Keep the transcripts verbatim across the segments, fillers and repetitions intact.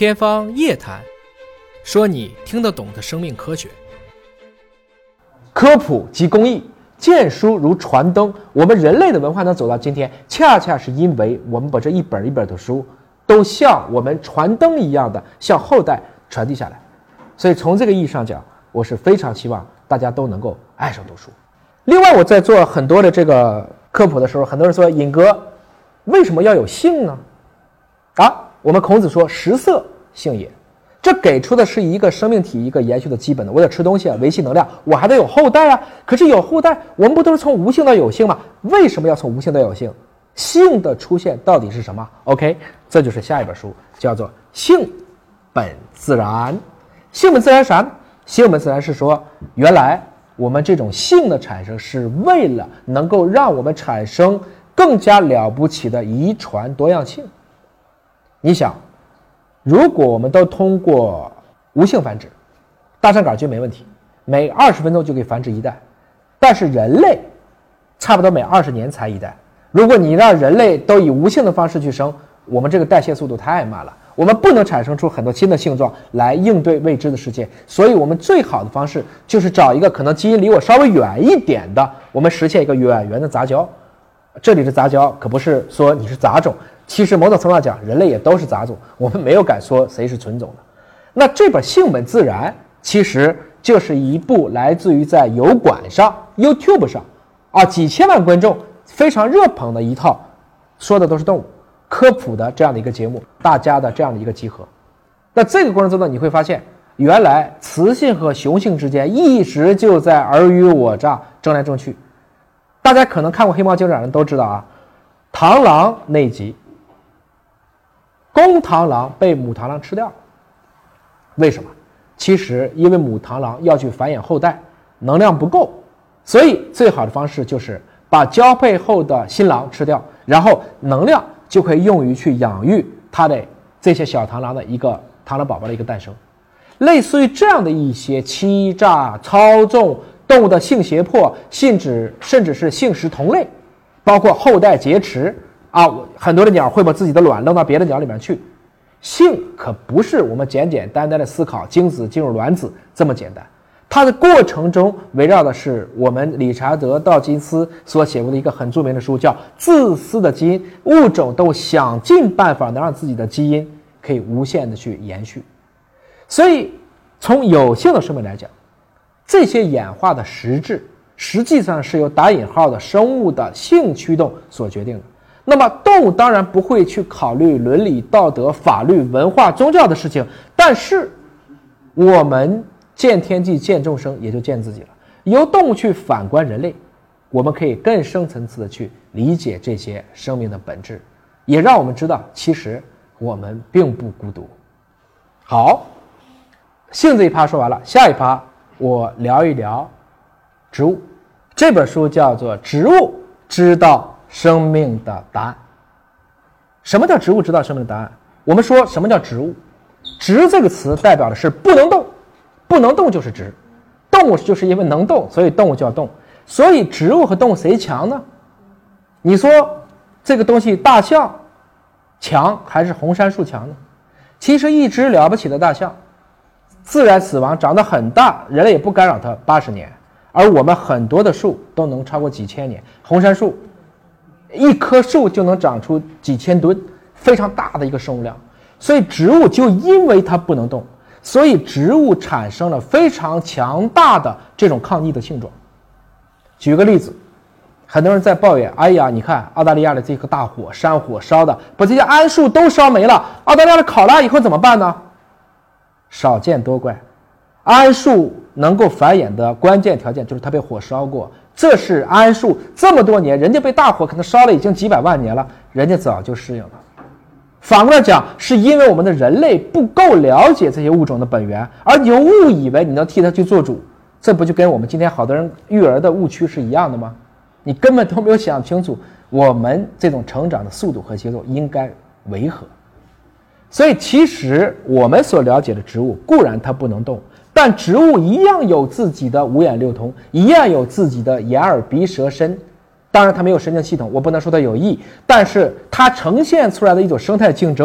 天方夜谭，说你听得懂的生命科学。 科普及公益，见书如传灯。我们人类的文化能走到今天，恰恰是因为我们把这一本一本的书都像我们传灯一样的向后代传递下来。所以从这个意义上讲，我是非常希望大家都能够爱上读书。另外，我在做很多的这个科普的时候，很多人说尹哥为什么要有性呢？啊，我们孔子说食色性也，这给出的是一个生命体一个延续的基本的，我得吃东西啊，维系能量，我还得有后代啊。可是有后代，我们不都是从无性到有性吗？为什么要从无性到有性？性的出现到底是什么 ？OK， 这就是下一本书，叫做《性本自然》。性本自然是啥呢？性本自然是说，原来我们这种性的产生是为了能够让我们产生更加了不起的遗传多样性。你想，如果我们都通过无性繁殖，大肠杆菌没问题，每二十分钟就可以繁殖一代，但是人类差不多每二十年才一代。如果你让人类都以无性的方式去生，我们这个代谢速度太慢了，我们不能产生出很多新的性状来应对未知的世界。所以我们最好的方式就是找一个可能基因离我稍微远一点的，我们实现一个远缘的杂交。这里的杂交可不是说你是杂种，其实某种程度上讲，人类也都是杂种，我们没有敢说谁是纯种的。那这本《性本自然》其实就是一部来自于在油管上 YouTube 上啊几千万观众非常热捧的一套，说的都是动物科普的这样的一个节目，大家的这样的一个集合。那这个过程中呢，你会发现原来雌性和雄性之间一直就在尔虞我诈，争来争去。大家可能看过黑猫警长的人都知道啊，螳螂那一集，公螳螂被母螳螂吃掉了。为什么？其实因为母螳螂要去繁衍后代，能量不够，所以最好的方式就是把交配后的新郎吃掉，然后能量就可以用于去养育它的这些小螳螂的一个螳螂宝宝的一个诞生。类似于这样的一些欺诈、操纵动物的性胁迫，甚至甚至是性食同类，包括后代劫持啊，很多的鸟会把自己的卵扔到别的鸟里面去。性可不是我们简简单单的思考精子进入卵子这么简单，它的过程中围绕的是我们理查德·道金斯所写过的一个很著名的书，叫《自私的基因》，物种都想尽办法能让自己的基因可以无限的去延续。所以从有性的生命来讲，这些演化的实质实际上是由打引号的生物的性驱动所决定的。那么动物当然不会去考虑伦理、道德、法律、文化、宗教的事情，但是我们见天地见众生也就见自己了。由动物去反观人类，我们可以更深层次的去理解这些生命的本质，也让我们知道其实我们并不孤独。好，性这一趴说完了，下一趴我聊一聊植物。这本书叫做《植物知道生命的答案》。什么叫植物知道生命的答案？我们说什么叫植物？植这个词代表的是不能动，不能动就是植。动物就是因为能动，所以动物叫动。所以植物和动物谁强呢？你说这个东西大象强还是红杉树强呢？其实一只了不起的大象自然死亡，长得很大，人类也不干扰它八十年，而我们很多的树都能超过几千年。红杉树一棵树就能长出几千吨，非常大的一个生物量。所以植物就因为它不能动，所以植物产生了非常强大的这种抗逆的性状。举个例子，很多人在抱怨，哎呀，你看澳大利亚的这个大火，山火烧的把这些桉树都烧没了，澳大利亚的考拉以后怎么办呢？少见多怪，桉树能够繁衍的关键条件就是它被火烧过。这是桉树这么多年，人家被大火可能烧了已经几百万年了，人家早就适应了。反过来讲，是因为我们的人类不够了解这些物种的本源，而你又误以为你能替它去做主，这不就跟我们今天好多人育儿的误区是一样的吗？你根本都没有想清楚我们这种成长的速度和节奏应该为何。所以其实我们所了解的植物固然它不能动，但植物一样有自己的五眼六通，一样有自己的眼耳鼻舌身。当然它没有神经系统，我不能说它有益，但是它呈现出来的一种生态竞争，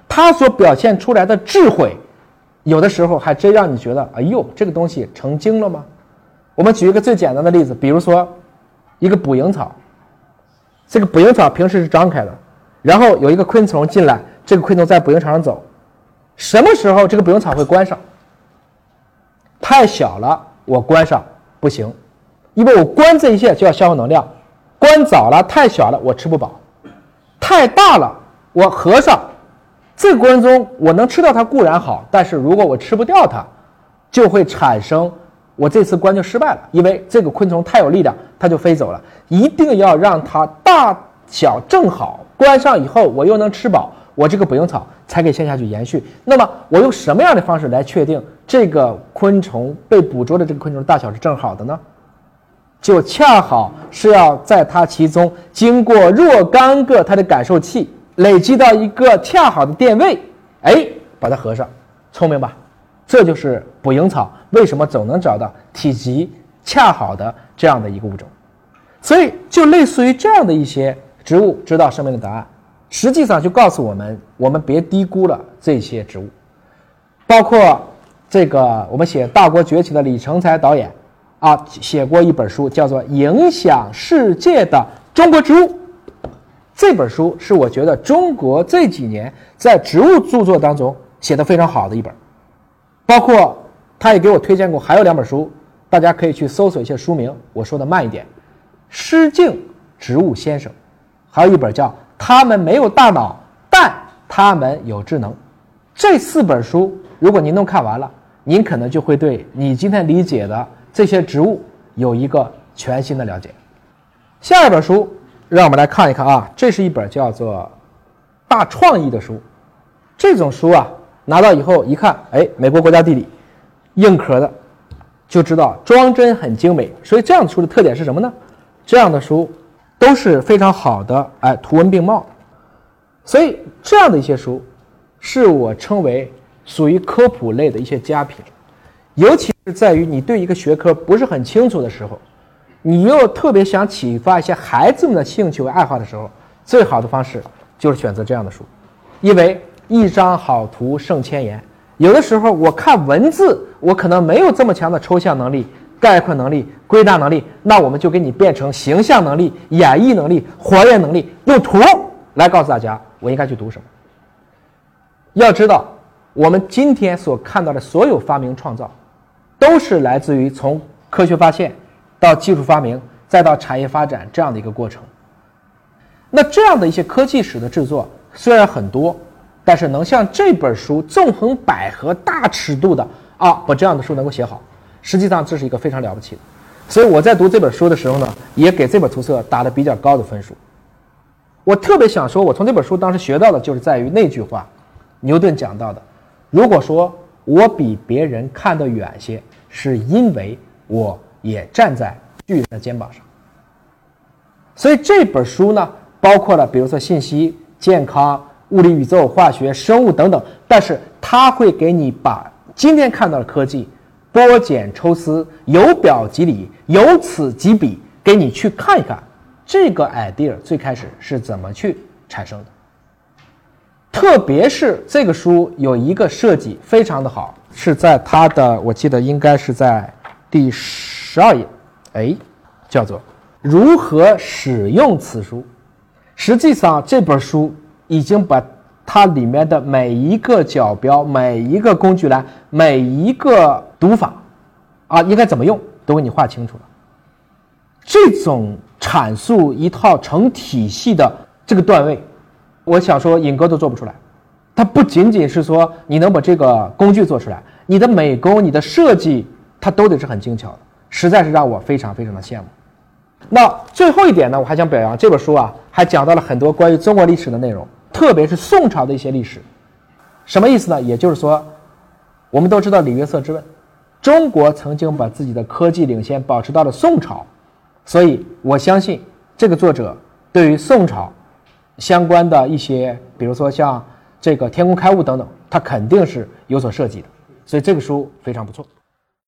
它所表现出来的智慧，有的时候还真让你觉得，哎呦，这个东西成精了吗？我们举一个最简单的例子，比如说一个捕蝇草，这个捕蝇草平时是张开的，然后有一个昆虫进来，这个昆虫在捕蝇草上走，什么时候这个捕蝇草会关上？太小了，我关上不行，因为我关这一切就要消耗能量，关早了太小了我吃不饱，太大了我合上，这个过程中我能吃到它固然好，但是如果我吃不掉它，就会产生我这次关就失败了，因为这个昆虫太有力量，它就飞走了。一定要让它大小正好，关上以后我又能吃饱，我这个捕蝇草才可以先下去延续。那么我用什么样的方式来确定这个昆虫被捕捉的这个昆虫的大小是正好的呢？就恰好是要在它其中经过若干个它的感受器，累积到一个恰好的电位，哎，把它合上，聪明吧？这就是捕蝇草为什么总能找到体积恰好的这样的一个物种。所以就类似于这样的一些植物知道生命的答案，实际上就告诉我们，我们别低估了这些植物。包括这个我们写《大国崛起》的李成才导演啊，写过一本书叫做《影响世界的中国植物》。这本书是我觉得中国这几年在植物著作当中写得非常好的一本。包括他也给我推荐过还有两本书，大家可以去搜索一些书名，我说的慢一点，施敬植物先生，还有一本叫他们没有大脑但他们有智能。这四本书如果您都看完了，您可能就会对你今天理解的这些植物有一个全新的了解。下一本书让我们来看一看啊，这是一本叫做大创意的书。这种书啊拿到以后一看，哎，美国国家地理硬壳的，就知道装帧很精美。所以这样的书的特点是什么呢？这样的书都是非常好的，哎，图文并茂。所以这样的一些书是我称为属于科普类的一些佳品，尤其是在于你对一个学科不是很清楚的时候，你又特别想启发一些孩子们的兴趣和爱好的时候，最好的方式就是选择这样的书。因为一张好图胜千言，有的时候我看文字我可能没有这么强的抽象能力、概括能力、归纳能力，那我们就给你变成形象能力、演绎能力、还原能力，用图来告诉大家我应该去读什么。要知道我们今天所看到的所有发明创造都是来自于从科学发现到技术发明再到产业发展这样的一个过程。那这样的一些科技史的制作虽然很多，但是能像这本书纵横捭阖大尺度的啊，把这样的书能够写好，实际上这是一个非常了不起的。所以我在读这本书的时候呢，也给这本图册打了比较高的分数。我特别想说，我从这本书当时学到的就是在于那句话，牛顿讲到的，如果说我比别人看得远些，是因为我也站在巨人的肩膀上。所以这本书呢，包括了比如说信息、健康、物理、宇宙、化学、生物等等，但是它会给你把今天看到的科技剥茧抽丝，由表及里，由此及彼，给你去看一看这个 idea 最开始是怎么去产生的。特别是这个书有一个设计非常的好，是在它的我记得应该是在第十二页，哎，叫做如何使用此书。实际上这本书已经把它里面的每一个角标、每一个工具栏、每一个读法啊，应该怎么用都给你画清楚了。这种阐述一套成体系的这个段位，我想说尹哥都做不出来。它不仅仅是说你能把这个工具做出来，你的美工、你的设计它都得是很精巧的，实在是让我非常非常的羡慕。那最后一点呢，我还想表扬这本书啊，还讲到了很多关于中国历史的内容，特别是宋朝的一些历史。什么意思呢？也就是说，我们都知道李约瑟之问，中国曾经把自己的科技领先保持到了宋朝，所以我相信这个作者对于宋朝相关的一些，比如说像这个天工开物等等，他肯定是有所涉及的，所以这个书非常不错。